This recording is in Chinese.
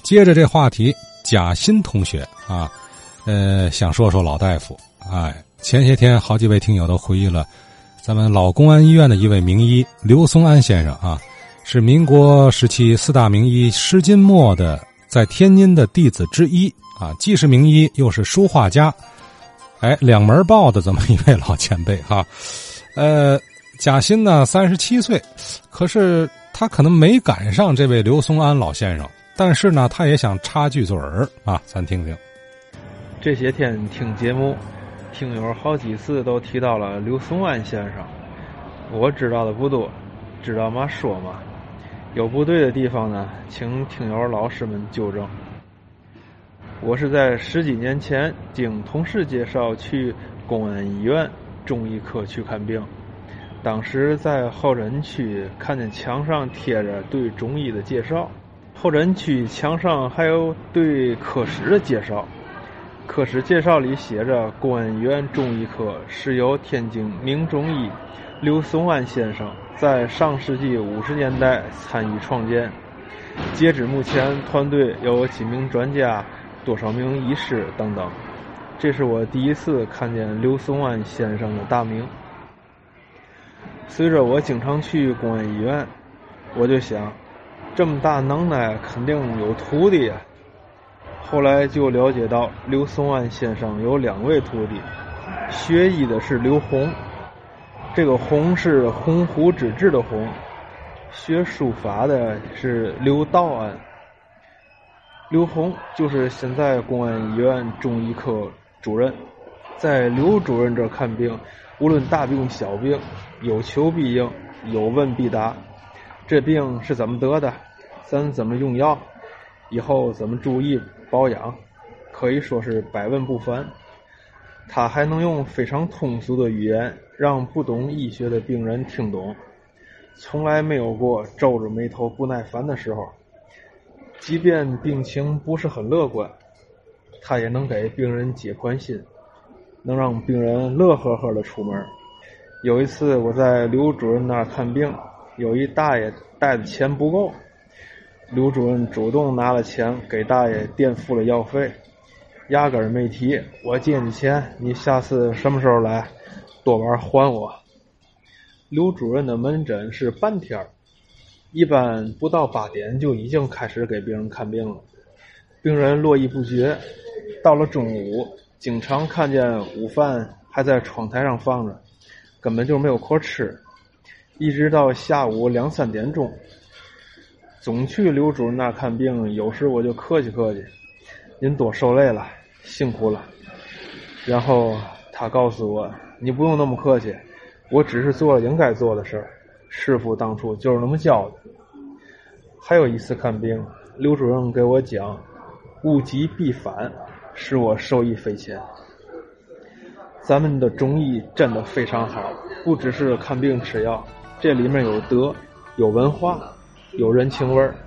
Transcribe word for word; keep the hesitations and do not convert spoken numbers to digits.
接着这话题，贾欣同学啊，呃，想说说老大夫。哎，前些天好几位听友都回忆了咱们老公安医院的一位名医刘松安先生啊，是民国时期四大名医施金墨的在天津的弟子之一啊，既是名医又是书画家，哎，两门报的这么一位老前辈哈。呃，贾欣呢三十七岁，可是他可能没赶上这位刘松安老先生，但是呢，他也想插句嘴儿啊，咱听听。 这些天听节目，听友好几次都提到了刘松安先生，我知道的不多，知道嘛说嘛，有不对的地方呢，请听友老师们纠正。我是在十几年前经同事介绍去公安医院中医科去看病，当时在候诊区看见墙上贴着对中医的介绍，候诊区墙上还有对科室的介绍，科室介绍里写着公安医院中医科是由天津名中医刘松安先生在上世纪五十年代参与创建，截止目前团队有几名专家，多少名医师等等。这是我第一次看见刘松安先生的大名。随着我经常去公安医院，我就想，这么大能耐肯定有徒弟啊。后来就了解到刘松安先生有两位徒弟，学医的是刘洪，这个洪是鸿鹄之志的洪，学书法的是刘道安。刘洪就是现在公安医院中医科主任，在刘主任这看病，无论大病小病，有求必应，有问必答。这病是怎么得的，咱怎么用药，以后怎么注意保养，可以说是百问不烦。他还能用非常通俗的语言让不懂医学的病人听懂，从来没有过皱着眉头不耐烦的时候。即便病情不是很乐观，他也能给病人解宽心，能让病人乐呵呵的出门。有一次我在刘主任那儿看病，有一大爷带的钱不够，刘主任主动拿了钱给大爷垫付了药费，压根儿没提我借你钱，你下次什么时候来多晚还我。刘主任的门诊是半天，一般不到八点就已经开始给病人看病了，病人络绎不绝。到了中午，经常看见午饭还在窗台上放着，根本就没有口吃，一直到下午两三点钟。总去刘主任那看病，有时我就客气客气，您多受累了，辛苦了。然后他告诉我，你不用那么客气，我只是做了应该做的事儿，师傅当初就是那么教的。还有一次看病，刘主任给我讲物极必反，使我受益匪浅。咱们的中医真的非常好，不只是看病吃药，这里面有德，有文化，有人情味儿。